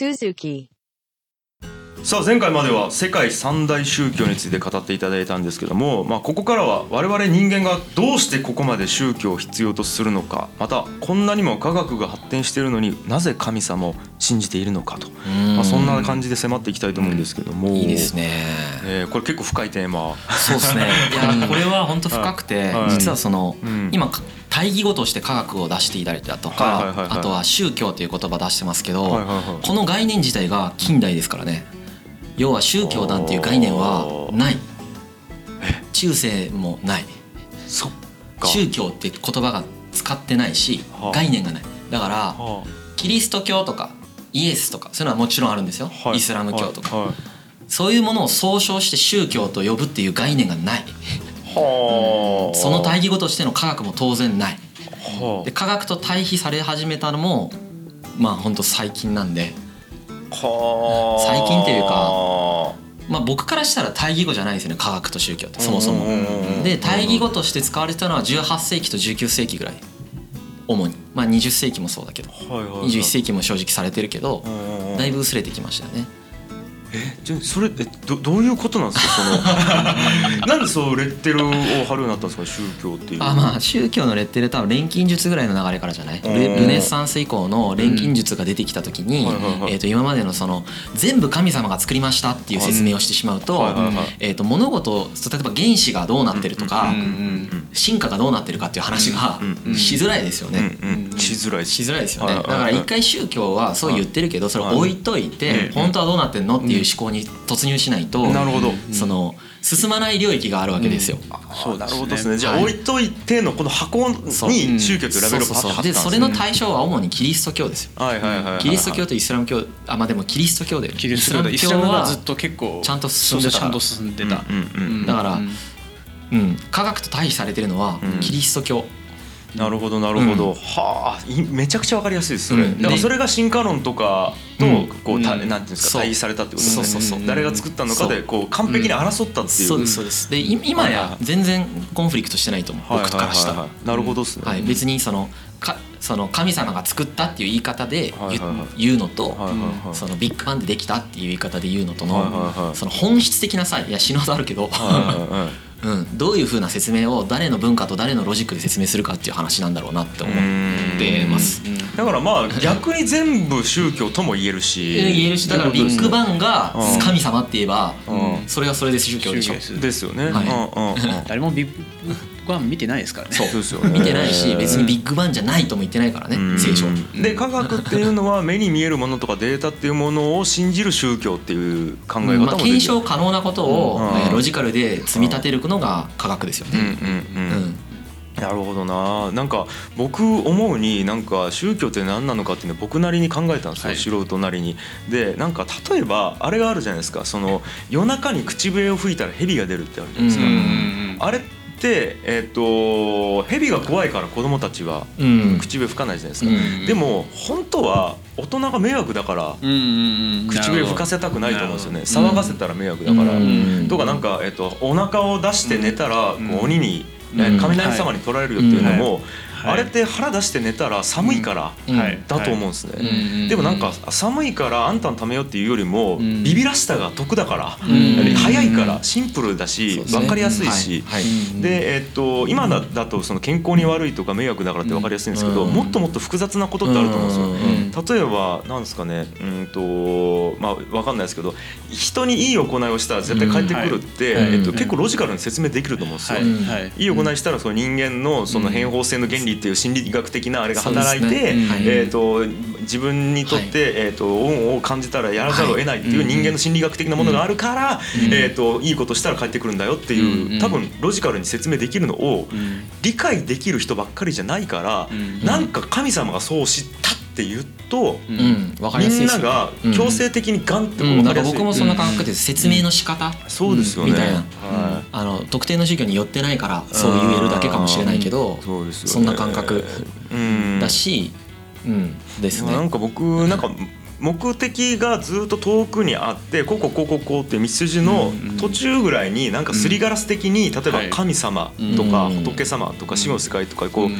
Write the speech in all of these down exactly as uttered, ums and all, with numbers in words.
Suzuki。 さあ前回までは世界三大宗教について語っていただいたんですけども、まあ、ここからは我々人間がどうしてここまで宗教を必要とするのか、またこんなにも科学が発展しているのになぜ神様を信じているのかと、まあ、そんな感じで迫っていきたいと思うんですけども、 いいですね、 えー、これ結構深いテーマ。 そうですね。いやこれは本当深くて、 はい、 実はその、 うん、 今対義語として科学を出していたりだとか、はいはいはいはい、あとは宗教という言葉出してますけど、はいはいはい、この概念自体が近代ですからね。要は宗教なんていう概念はない、中世もない、 そっか、 宗教って言葉が使ってないし、はあ、概念がない。だから、はあ、キリスト教とかイエスとかそういうのはもちろんあるんですよ、はい、イスラム教とか、はいはい、そういうものを総称して宗教と呼ぶっていう概念がない、はあ、その対義語としての科学も当然ない、はあ、で科学と対比され始めたのもまあ本当最近なんで、は最近っていうか、まあ、僕からしたら対義語じゃないですよね、科学と宗教ってそもそも。で対義語として使われてたのはじゅうはっせいきとじゅうきゅうせいきぐらい主に、まあ、にじゅっせいきもそうだけど、にじゅういっせいきも正直されてるけど、だいぶ薄れてきましたよね。 えじゃそれえ ど, どういうことなんですか、そのなんでそうレッテルを貼るようになったんですか、宗教っていう。 あ、まあ宗教のレッテル多分錬金術ぐらいの流れからじゃない。ル, ルネッサンス以降の錬金術が出てきた時に、えー、と今までのその全部神様が作りましたっていう説明をしてしまうと、えー、と物事、例えば原子がどうなってるとか進化がどうなってるかっていう話がしづらいですよね。 しづらいしづらいですよね。だから一回宗教はそう言ってるけど、それ置いといて本当はどうなってんのっていう思考に突入しないと、 なるほど、 その進まない領域があるわけですよ。 うん、そうなるほどですね。じゃあ置いといてのこの箱に宗教というラベルを貼ったんですね。 でそれの対象は主にキリスト教ですよ。 はいはいはいはい、 キリスト教とイスラム教、あ、まあでもキリスト教でキリスト教、イスラムはずっと結構ちゃんと進んでた。ちゃんと進んでた。 だから、うん、科学と対比されてるのはキリスト教。 なるほどなるほど、うん、はあ、めちゃくちゃわかりやすいですそれ、うん、だからそれが進化論とかとこう、うん、なんていうんですか、対比されたってことですね。そうそうそう、誰が作ったのかでこう完璧に争ったっていう、うん、 そうですそうです。で今や全然コンフリクトしてないと思う、僕からしたら。 なるほどですね、 はい、別にそのかその神様が作ったっていう言い方で言うのと、そのビッグバンでできたっていう言い方で言うのとのその本質的なさ、いや死ぬほどあるけどうん、どういう風な説明を誰の文化と誰のロジックで説明するかっていう話なんだろうなって思ってます。 だからまあ逆に全部宗教とも言えるし言えるし、だからビッグバンが神様って言えばそれはそれで宗教でしょ。 ですよね、 はい、 誰もビッグバン見てないですからね。 そうですよね、 見てないし別にビッグバンじゃないとも言ってないからね、聖書で。科学っていうのは目に見えるものとかデータっていうものを信じる宗教っていう考え方もできる、まあ、 検証可能なことをロジカルで積み立てるのが科学ですよね。うんうんうん、 なるほどな。なんか僕思うになんか宗教って何なのかっていうのは僕なりに考えたんですよ、はい、素人なりに。でなんか例えばあれがあるじゃないですか、その夜中に口笛を吹いたら蛇が出るってあるじゃないですか。うんうんうん、あれで、えー、と蛇が怖いから子供たちは口笛吹かないじゃないですか、うんうん、でも本当は大人が迷惑だから口笛吹かせたくないと思うんですよね。騒がせたら迷惑だから、うん、とかなんか、えー、とお腹を出して寝たら、うん、こう鬼に、うん、雷様に取られるよっていうのも、うんはいあれって腹出して寝たら寒いからだと思うんですね、うんはい、でもなんか寒いからあんたのためよっていうよりも、うん、ビビらしたが得だから、うん、早いからシンプルだし分かりやすいし、はいはい、で、えー、っと今だ、だとその健康に悪いとか迷惑だからって分かりやすいんですけど、うん、もっともっと複雑なことってあると思うんですよ、うん、例えばなんですかね、うんとまあ分かんないですけど人にいい行いをしたら絶対帰ってくるって、うんはいえー、っと結構ロジカルに説明できると思うんですよ、はいはい、いい行いしたらその人間のその変法性の原理っていう心理学的なあれが働いて、ねうんえー、と自分にとって、はいえー、と恩を感じたらやらざるを得ないっていう人間の心理学的なものがあるから、うんえー、といいことしたら帰ってくるんだよっていう、うん、多分ロジカルに説明できるのを理解できる人ばっかりじゃないから、うん、なんか神様がそう知ったって言うと、うん、みんなが強制的にガンって分かりやすい、うん、 なんか僕もそんな感覚で説明の仕方、うん、 そうですよねみたいな、はい、あの特定の宗教に寄ってないからそう言えるだけかもしれないけど、そうですよね、そんな感覚だし、うん、ですね。 なんか僕なんか目的がずっと遠くにあってこうこうこうこうこうって道筋の途中ぐらいになんかすりガラス的に例えば神様とか仏様とか死後世界とかこう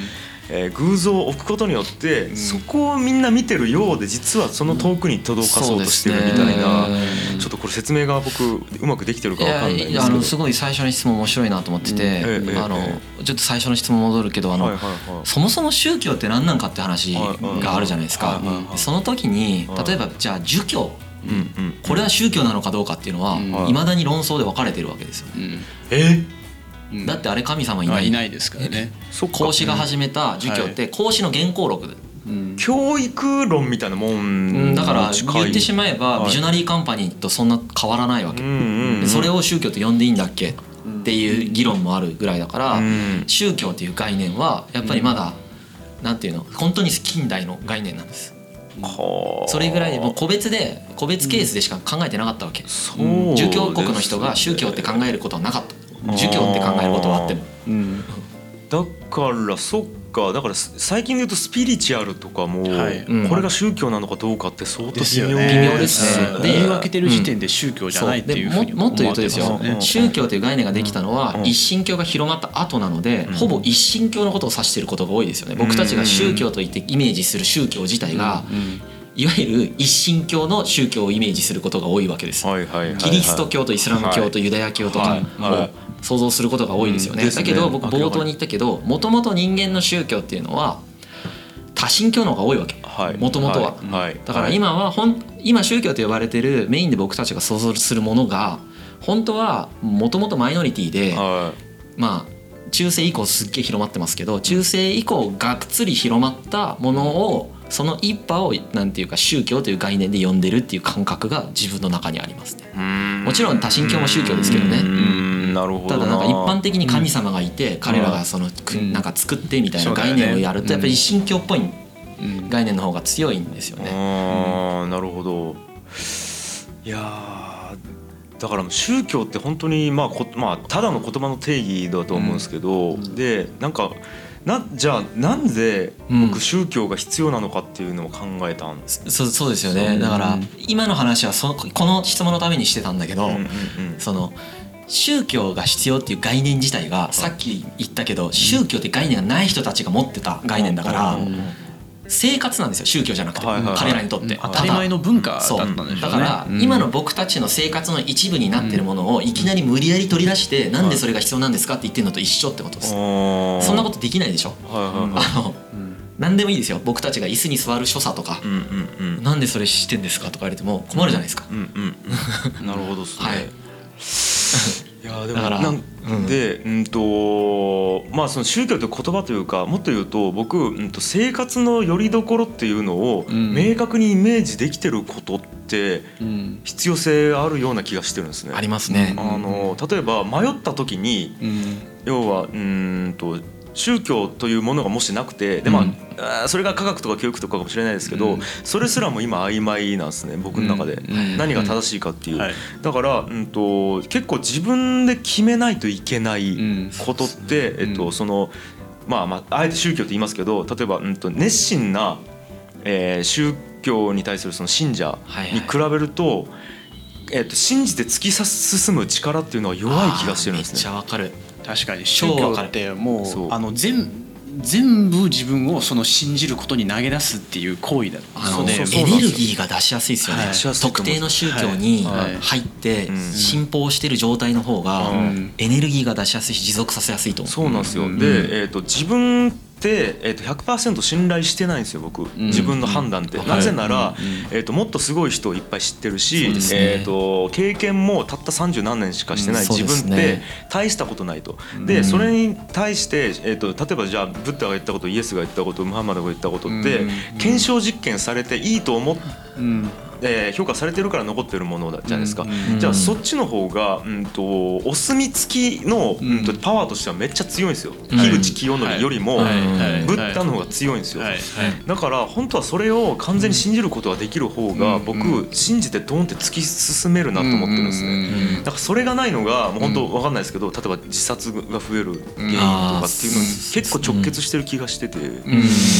えー、偶像を置くことによって、うん、そこをみんな見てるようで実はその遠くに届かそうとしてるみたいな、うん、ちょっとこれ説明が僕うまくできてるか分かんないんですけど、 いやあのすごい最初の質問面白いなと思ってて、うん、あのちょっと最初の質問戻るけど、あの、はいはいはい、そもそも宗教って何なんかって話があるじゃないですか。その時に例えばじゃあ儒教、うんうん、これは宗教なのかどうかっていうのはいまだに論争で分かれてるわけですよね、うん、 えだってあれ神様いない、 いないですからね。 孔子が始めた儒教って孔子の原稿録で、 うん、教育論みたいなもんだから言ってしまえばビジョナリーカンパニーとそんな変わらないわけ、はい、でそれを宗教と呼んでいいんだっけっていう議論もあるぐらいだから、うん、宗教っていう概念はやっぱりまだ、うん、なんていうの本当に近代の概念なんです。それぐらいでもう個別で個別ケースでしか考えてなかったわけ、うん、儒教国の人が宗教って考えることはなかった。儒教って考えることはあっても、うん、 だからそっか、だから最近で言うとスピリチュアルとかも、はい、これが宗教なのかどうかって相当微妙ですね。 で言い分けてる時点で宗教じゃないっていうふうにもっと言うとですよ、宗教という概念ができたのは一神教が広まった後なので、ほぼ一神教のことを指していることが多いですよね。僕たちが宗教といってイメージする宗教自体がいわゆる一神教の宗教をイメージすることが多いわけです。キリスト教とイスラム教とユダヤ教とかも想像することが多いですよね。だけど僕冒頭に言ったけど、もともと人間の宗教っていうのは多神教の方が多いわけ、もともとは。だから今はほん今宗教と呼ばれてるメインで僕たちが想像するものが本当はもともとマイノリティで、まあ中世以降すっげえ広まってますけど、中世以降がっつり広まったものをその一派をなんていうか宗教という概念で呼んでるっていう感覚が自分の中にありますね。もちろん多神教も宗教ですけどね。 なるほどな。 ただなんか一般的に神様がいて、うん、彼らがその、うん、なんか作ってみたいな概念をやるとやっぱり一神教っぽい概念の方が強いんですよね。 ああ、なるほど。いやだから宗教って本当にまあこ、まあ、ただの言葉の定義だと思うんですけど、うん、でなんかなじゃあなんで僕宗教が必要なのかっていうのを考えたんです、 うん、そ, そうですよね。だから今の話はそのこの質問のためにしてたんだけど、うんうんうん、その宗教が必要っていう概念自体がさっき言ったけど宗教って概念がない人たちが持ってた概念だから生活なんですよ、宗教じゃなくて、はいはいはい、彼らにとって当たり前の文化だったんでしょうね。 だから今の僕たちの生活の一部になってるものをいきなり無理やり取り出してなんでそれが必要なんですかって言ってるのと一緒ってことです。そんなことできないでしょ。あの何でもいいですよ。僕たちが椅子に座る所作とか、うんうんうん、なんでそれしてんですかとか言われても困るじゃないですか。うんうんうん、なるほどですね。はいいやでもなんで、うんとまあその宗教という言葉というかもっと言うと僕、うんと生活の拠り所っていうのを明確にイメージできてることって必要性あるような気がしてるんですね。 ありますね。 あの例えば迷った時に、要はうんと宗教というものがもしなくてで、まあうん、それが科学とか教育とかかもしれないですけど、うん、それすらも今曖昧なんですね僕の中で、うん、何が正しいかっていう、うんはい、だから、うんと、結構自分で決めないといけないことって、うんえっとそのまあまあ、あえて宗教って言いますけど例えば、うんと、熱心な、えー、宗教に対するその信者に比べると、はいはいえっと、信じて突き進む力っていうのは弱い気がしてるんですね。 めっちゃわかる。 確かに宗教ってもうあの 全, 全部自分をその信じることに投げ出すっていう行為だのでエネルギーが出しやすいですよね、はい、特定の宗教に入って信奉してる状態の方がエネルギーが出しやすいし持続させやすいと思う。 そうなんですよ。で、えーと、自分で、えー、と ひゃくパーセント 信頼してないんですよ僕、自分の判断って、うん、なぜなら、はいえー、ともっとすごい人をいっぱい知ってるし、ねえー、と経験もたった三十何年しかしてない自分って大したことないと、うん、でそれに対して、えー、と例えばじゃあブッダが言ったことイエスが言ったことムハンマドが言ったことって、うん、検証実験されていいと思って、うんえー、評価されてるから残ってるものじゃないですか、うん、じゃあそっちの方が、うん、とお墨付きの、うん、とパワーとしてはめっちゃ強いんですよ、うん、樋口清則よりも、はい、ブッダの方が強いんですよ、はいはい、だから本当はそれを完全に信じることができる方が、うん、僕信じてドンって突き進めるなと思ってるんですね、うん、だからそれがないのがもう本当分かんないですけど例えば自殺が増える原因とかっていうのに結構直結してる気がしてて、うんうん、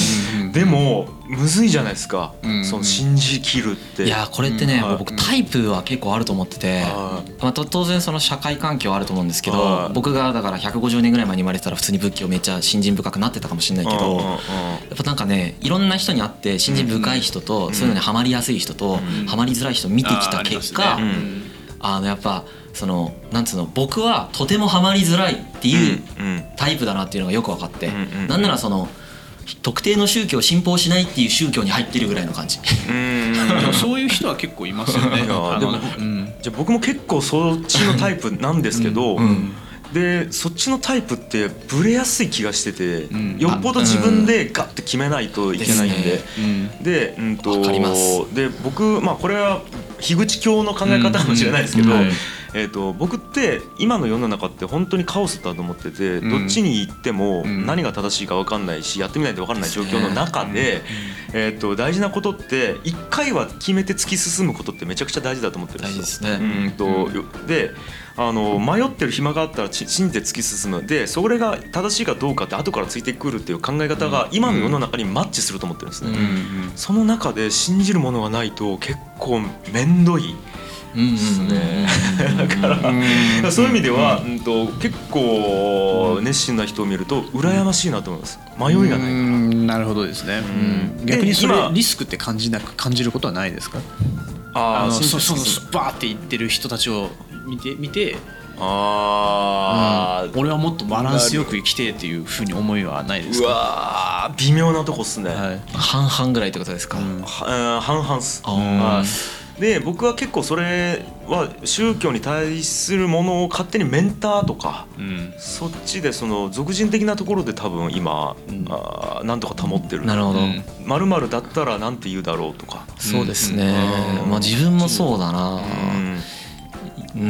でもむずいじゃないですか、 うん、 その信じきるって。 いやこれってね、うん、僕タイプは結構あると思ってて、まあ、当然その社会環境はあると思うんですけど、僕がだからひゃくごじゅうねんぐらい前に生まれてたら普通に仏教めっちゃ信心深くなってたかもしれないけど、やっぱなんかねいろんな人に会って信心深い人とそういうのにハマりやすい人とハマりづらい人を見てきた結果、あのやっぱそのなんつうの僕はとてもハマりづらいっていうタイプだなっていうのがよく分かって、なんならその特定の宗教を信奉しないっていう宗教に入ってるぐらいの感じ。 うんそういう人は結構いますよね。 でも、うん、じゃあ僕も結構そっちのタイプなんですけど、うんうん、でそっちのタイプってブレやすい気がしてて、うん、よっぽど自分でガッて決めないといけないんで、で、うんとで僕まあこれは樋口教の考え方かもしれないですけど、えー、と僕って今の世の中って本当にカオスだと思ってて、どっちに行っても何が正しいか分かんないし、やってみないと分からない状況の中で、えー、と大事なことって一回は決めて突き進むことってめちゃくちゃ大事だと思ってるんですよ。うんとであの迷ってる暇があったら信じて突き進む。でそれが正しいかどうかって後からついてくるっていう考え方が今の世の中にマッチすると思ってるんですね。その中で信じるものがないと結構めんどいですね。だからそういう意味では、うんと結構熱心な人を見ると羨ましいなと思います。迷いがないから。 なるほどですね。うん、逆にそれリスクって感じなく感じることはないですか？ああ、そそのバーって言ってる人たちを見て見て、あ、うん、俺はもっとバランスよく生きてっていうふうに思いはないですか？ うわ微妙なとこっすね。はい、 半々ぐらいってことですか？うん、 は半々っす。あで僕は結構それは宗教に対するものを勝手にメンターとか、うん、そっちでその俗人的なところで多分今、うん、あなんとか保ってる。 なるほど。 〇〇だったらなんて言うだろうとか。 そうですね、うん、まあ自分もそうだな。うんうん、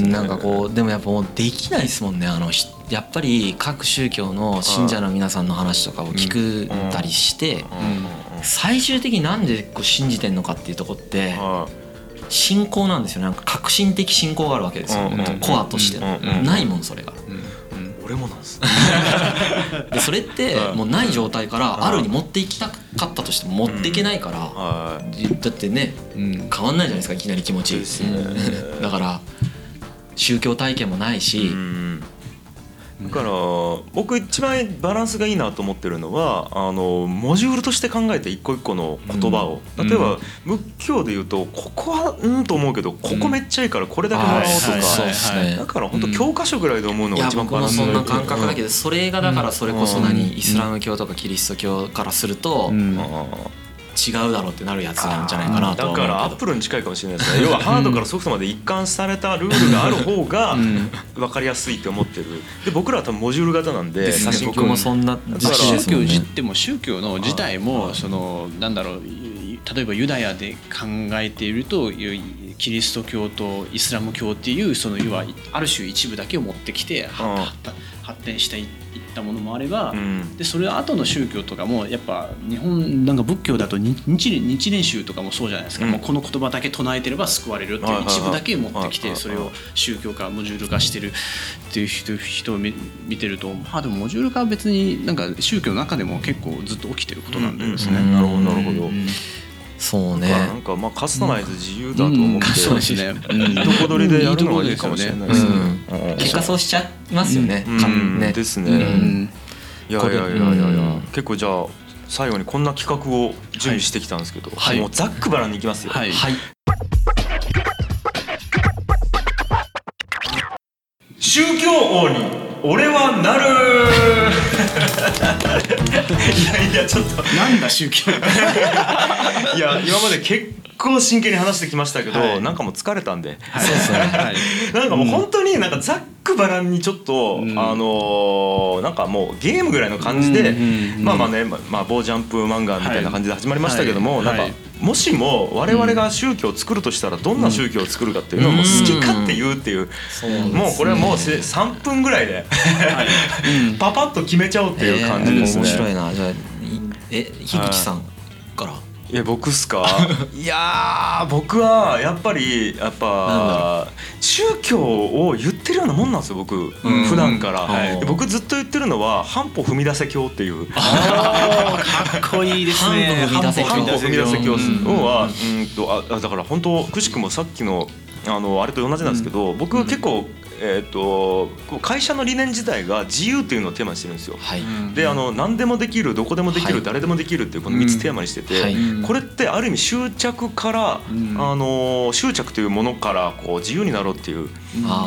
なんかこうでもやっぱもうできないですもんね。あのやっぱり各宗教の信者の皆さんの話とかを聞くたりして最終的になんでこう信じてんのかっていうとこって信仰なんですよ。なんか革新的信仰があるわけですよ、コアとしての。ないもんそれが。 俺もなんです。 でそれってもうない状態からあるに持っていきたかったとしても持っていけないから、だってね変わんないじゃないですかいきなり気持ち。だから宗教体験もないし。 だから僕一番バランスがいいなと思ってるのはあのモジュールとして考えて一個一個の言葉を、例えば仏教で言うとここはうんと思うけどここめっちゃいいからこれだけもらおうとか、だから本当教科書ぐらいで思うのが一番バランスがいい。 いや僕もそんな感覚だけど、それがだからそれこそ何イスラム教とかキリスト教からすると違うだろうってなるやつなんじゃないかなと思うけど。 だからアップルに近いかもしれないですね。要はハードからソフトまで一貫されたルールがある方が分かりやすいって思ってる。で僕らは多分モジュール型なんで、 僕もそんな。 宗教自っても宗教の自体もそのなんだろう、例えばユダヤで考えているとキリスト教とイスラム教っていうその要はある種一部だけを持ってきて発展していったものもあれば、うん、でそれ後の宗教とかもやっぱ日本なんか仏教だと日日蓮宗とかもそうじゃないですか、うん、もうこの言葉だけ唱えてれば救われるっていう一部だけ持ってきてそれを宗教化モジュール化してるっていう人, 人を見てると、まあでもモジュール化は別になんか宗教の中でも結構ずっと起きてることなんですね。 なるほどなるほど。 そうね。 なんかまあカスタマイズ自由だと思って、 そうですね。 いいとこ取りでやるのがいいかもしれないですね。 結果そうしちゃいますよね。 ねですね。いやいやいやいやいや。結構じゃあ最後にこんな企画を準備してきたんですけど、もうざっくばらんにいきますよ。はい。宗教王に俺はなる。いやいやちょっとなんだ宗教。 いや今まで結構真剣に話してきましたけど、はい、なんかもう疲れたんで、はい、そうですね、はい、なんかもう本当になんかざっくばらんにちょっと、うん、あのー、なんかもうゲームぐらいの感じで、うん、まあまあね、まあ棒ジャンプ漫画みたいな感じで始まりましたけども、はいはい、なんかもしも我々が宗教を作るとしたらどんな宗教を作るかっていうのをもう好き勝手言うっていう、うん、もうこれはもうさんぷんぐらいでパパッと決めちゃおうっていう感じですね。 面白いな。じゃあえ樋口さんから。 いや僕っすか。いや僕はやっぱりやっぱ宗教を言ってってるようなもんなんですよ僕、うん、普段から、はい、僕ずっと言ってるのは半歩踏み出せ教っていう。 あかっこいいですね。 半歩踏み出せ教。 半歩踏み出せ教は、うんとあだから本当くしくもさっきのあのあれと同じなんですけど、うん、僕結構、えー、と会社の理念自体が自由っていうのをテーマにしてるんですよ、はい、であの何でもできるどこでもできる、はい、誰でもできるっていうこのみっつテーマにしてて、はい、これってある意味執着から、うん、あの執着というものからこう自由になろうっていう、うん、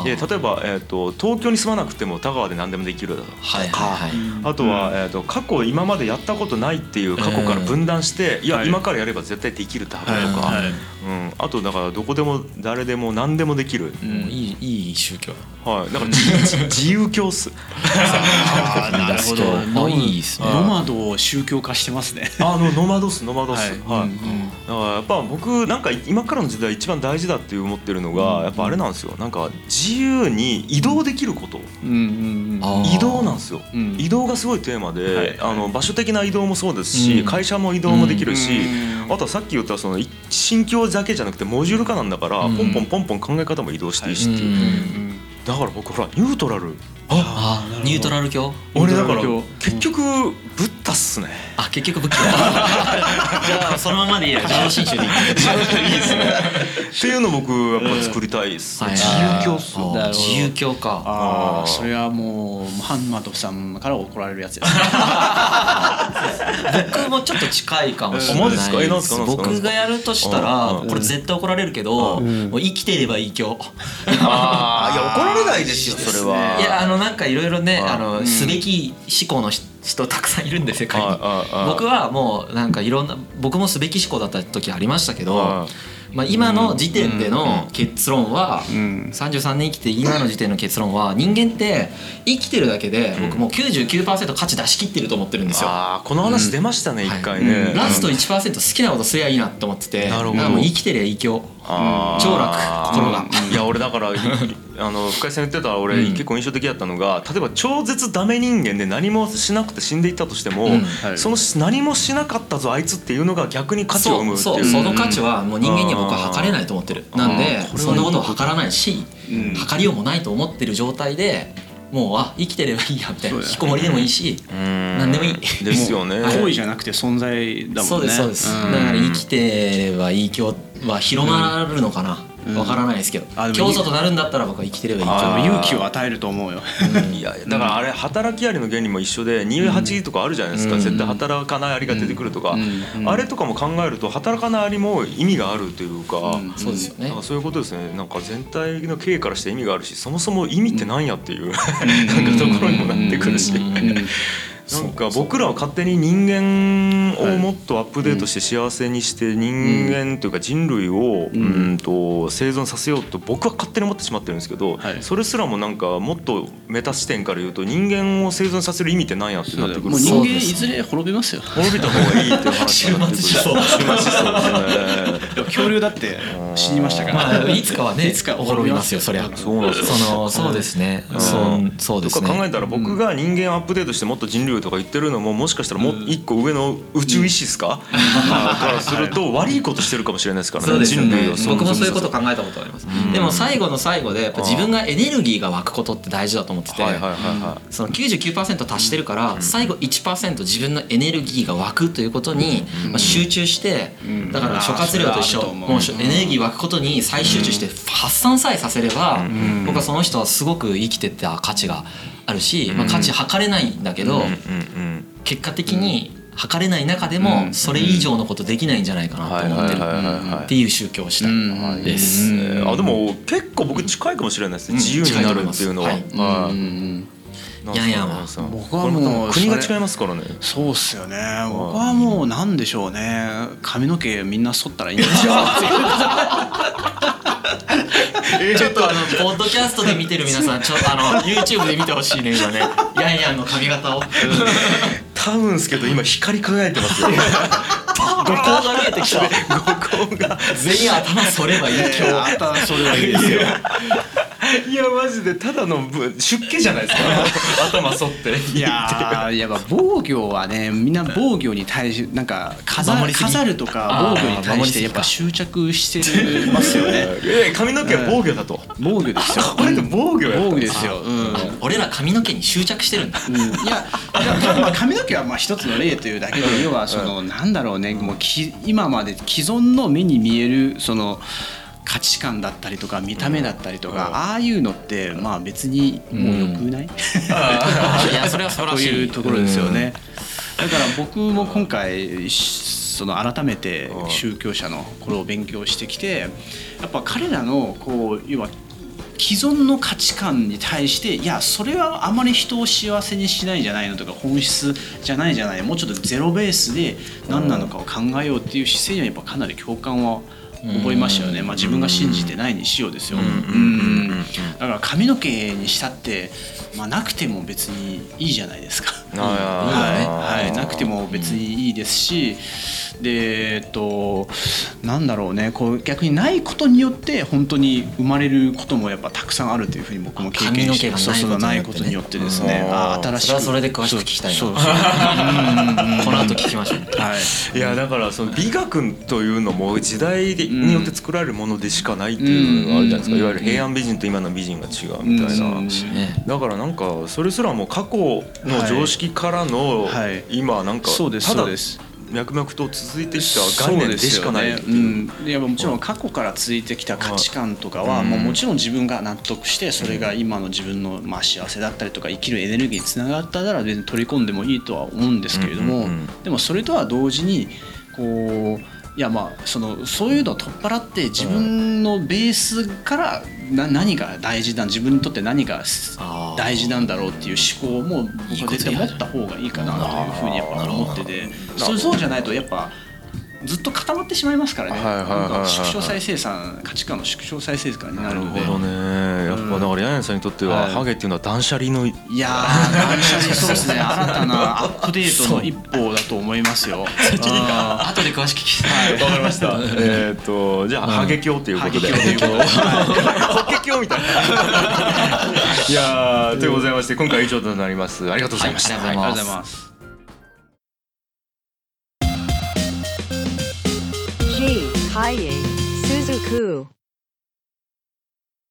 で例えば、えー、と東京に住まなくても田川で何でもできるとか、はいはいはい、あとは、えー、と過去今までやったことないっていう過去から分断して、えー、いや、はい、今からやれば絶対できるってこととか、はいはい、うん、あとだからどこでも誰でも何でもできる、 うん、いいいい宗教、 はい、だから自, 自由教っす。 あなるほど。 ノいいですね。 ノマドを宗教化してますね。 あのノマドっすノマドっす。はい。はい、 うんうん、 だからやっぱ僕なんか今からの時代一番大事だって思ってるのが、うん、やっぱあれなんですよ。なんか自由に移動できること。うんうんうん、移動なんですよ、うん。移動がすごいテーマで、はい、あの場所的な移動もそうですし、うん、会社も移動もできるし、うん、あとはさっき言ったその心境だけじゃなくてモジュール化なんだから、うん、ポンポンポンポン考え方も移動していいしっていう。うん、だから僕ほらニュートラル。 ああニュートラル教。 俺だから結局ブッダっすね。 あ結局仏教。じゃあそのままでいいや。浄土真宗でいい。いいですね。っていうの僕やっぱ作りたいです。自由教っす。 自由教か。 ああそれはもうムハンマドさんから怒られるやつです。 僕もちょっと近いかもしれないです。僕がやるとしたらこれ絶対怒られるけど、もう生きていればいい教。 ああいや怒られないですよそれは。 いやあのなんかいろいろねあのすべき思考の人たくさんいるんで世界に。僕はもうなんかいろんな僕もすべき思考だった時ありましたけど、まあ今の時点での結論はさんじゅうさんねん生きて今の時点の結論は人間って生きてるだけで僕もう きゅうじゅうきゅうパーセント 価値出し切ってると思ってるんですよ。 あこの話出ましたね一回ね。 ラスト いちパーセント 好きなことすりゃいいなって思ってて、だからもう生きてりゃいい教。超楽心が。 いや俺だからあの深井さん言ってた俺、うん、結構印象的だったのが例えば超絶ダメ人間で何もしなくて死んでいったとしても、うんはい、その何もしなかったぞあいつっていうのが逆に価値を生むっていう。 そうそうその価値はもう人間には僕は測れないと思ってる。なんでそんなことは測らないし、うん、測りようもないと思ってる状態でもうあ生きてればいいやみたいな、引きこもりでもいいし何でもいいですよね。 行為じゃなくて存在だもんね。 そうですそうです。だから生きてればいい教は広まるのかな、うん、分からないですけど、うん、教祖となるんだったら僕は生きてればいい教。 勇気を与えると思うよ。 いやだからあれ働きありの原理も一緒でにじゅうはちとかあるじゃないですか、うん、絶対働かないありが出てくるとか、うん、あれとかも考えると働かないありも意味があるというか、うん、 そうですよね。 なんかそういうことですね。なんか全体の経営からして意味があるし、そもそも意味って何やっていう、うん、なんかところにもなってくるし、なんか僕らは勝手に人間をもっとアップデートして幸せにして人間というか人類をうんと生存させようと僕は勝手に思ってしまってるんですけど、それすらもなんかもっとメタ視点から言うと人間を生存させる意味って何やってなってくる。 もう人間いずれ滅びますよ。 滅びた方がいいっていう話になってくる。終末思想。恐竜だって死にましたから。 まあいつかはねいつか滅びますよそりゃ。 そうなんですよ。 そのそうですね。そうそうですね。 とか考えたら僕が人間をアップデートしてもっと人類とか言ってるのももしかしたらもう一個上の宇宙意志ですか、うん、からすると悪いことしてるかもしれないですからね。 そうですよね。僕もそういうこと考えたことあります。でも最後の最後でやっぱ自分がエネルギーが湧くことって大事だと思ってて、その きゅうじゅうきゅうパーセント 達してるから最後 いちパーセント 自分のエネルギーが湧くということにまあ集中して、だから諸活量と一緒、もうエネルギー湧くことに再集中して発散さえさせれば僕はその人はすごく生きてた価値があるし、まあ、価値測れないんだけど、結果的に測れない中でもそれ以上のことできないんじゃないかなと思ってるっていう宗教をしたいです。 あでも結構僕近いかもしれないですね、自由になるっていうのは。 ヤンヤンは僕はもう国が違いますからね。 そうっすよね。僕はもうなんでしょうね、髪の毛みんな剃ったらいいんでしょちょっとあのポッドキャストで見てる皆さんちょっとあの YouTube で見てほしいね今ね、ヤンヤンの髪型を。 多分ですけど今光り輝いてますよ。 五光が見えてきた。 五光が全員頭剃ればいい。今日頭剃ればいいですよ。 いやマジでただの出家じゃないですか頭反っていやーやっぱ防御はねみんな防御に対しなんか飾る飾るとか防御に対してやっぱ執着してますよねえ髪の毛は防御だと、 防御ですよこれって防御やった防御ですよ、うん、 俺ら髪の毛に執着してるんだ、 うん、いやまあ髪の毛はまあ一つの例というだけで要はそのなんだろうねもうき今まで既存の目に見えるその価値観だったりとか見た目だったりとか、うん、ああいうのってまあ別にもうよくない、うん、 いやそれは素晴らしいというところですよね、うん、だから僕も今回その改めて宗教者のこれを勉強してきてやっぱ彼らのこう要は既存の価値観に対していやそれはあまり人を幸せにしないんじゃないのとか本質じゃないじゃないもうちょっとゼロベースで何なのかを考えようっていう姿勢にはやっぱかなり共感は覚えましたよね、まあ、自分が信じてないにしようですよ。うんだから髪の毛にしたって、まあ、なくても別にいいじゃないですか。はいはい、なくても別にいいですしで、えっと、なんだろうねこう逆にないことによって本当に生まれることもやっぱたくさんあるというふうに僕も経験してそうそうないことによってですねあ新しいそれはそれで詳しく聞きたいなそうそうこの後聞きましょう、 はい、いやだからその美学というのも時代によって作られるものでしかないっていうのがあるじゃないですかいわゆる平安美人と今の美人が違うみたいなだからなんかそれすらも過去の常識からの今なんかただ脈々と続いてきた概念でしかないっていう、 ねうん、いやもちろん過去から続いてきた価値観とかは、うん、もうもちろん自分が納得してそれが今の自分のまあ幸せだったりとか生きるエネルギーにつながったなら全然取り込んでもいいとは思うんですけれども、うんうんうん、でもそれとは同時にこういやまあそのそういうのを取っ払って自分のベースからな何が大事だ自分にとって何が大事なんだろうっていう思考も絶対持った方がいいかなというふうにやっぱ思っててそそうじゃないとやっぱずっと固まってしまいますからね、はいはいはいはい、縮小再生産価値観の縮小再生産になるのでなるほどねやっぱだからヤンヤンさんにとっては、はい、ハゲっていうのは断捨離のいやー断捨離そうですね新たなアップデートの一歩だと思いますよ後で詳しく聞きたいわかりましたえっとじゃあ、うん、ハゲ教ということでハゲ教ホケ教みたいないやーというございまして今回は以上となりますありがとうございました、 はい、ありがとうございます G. Kaie Suzuku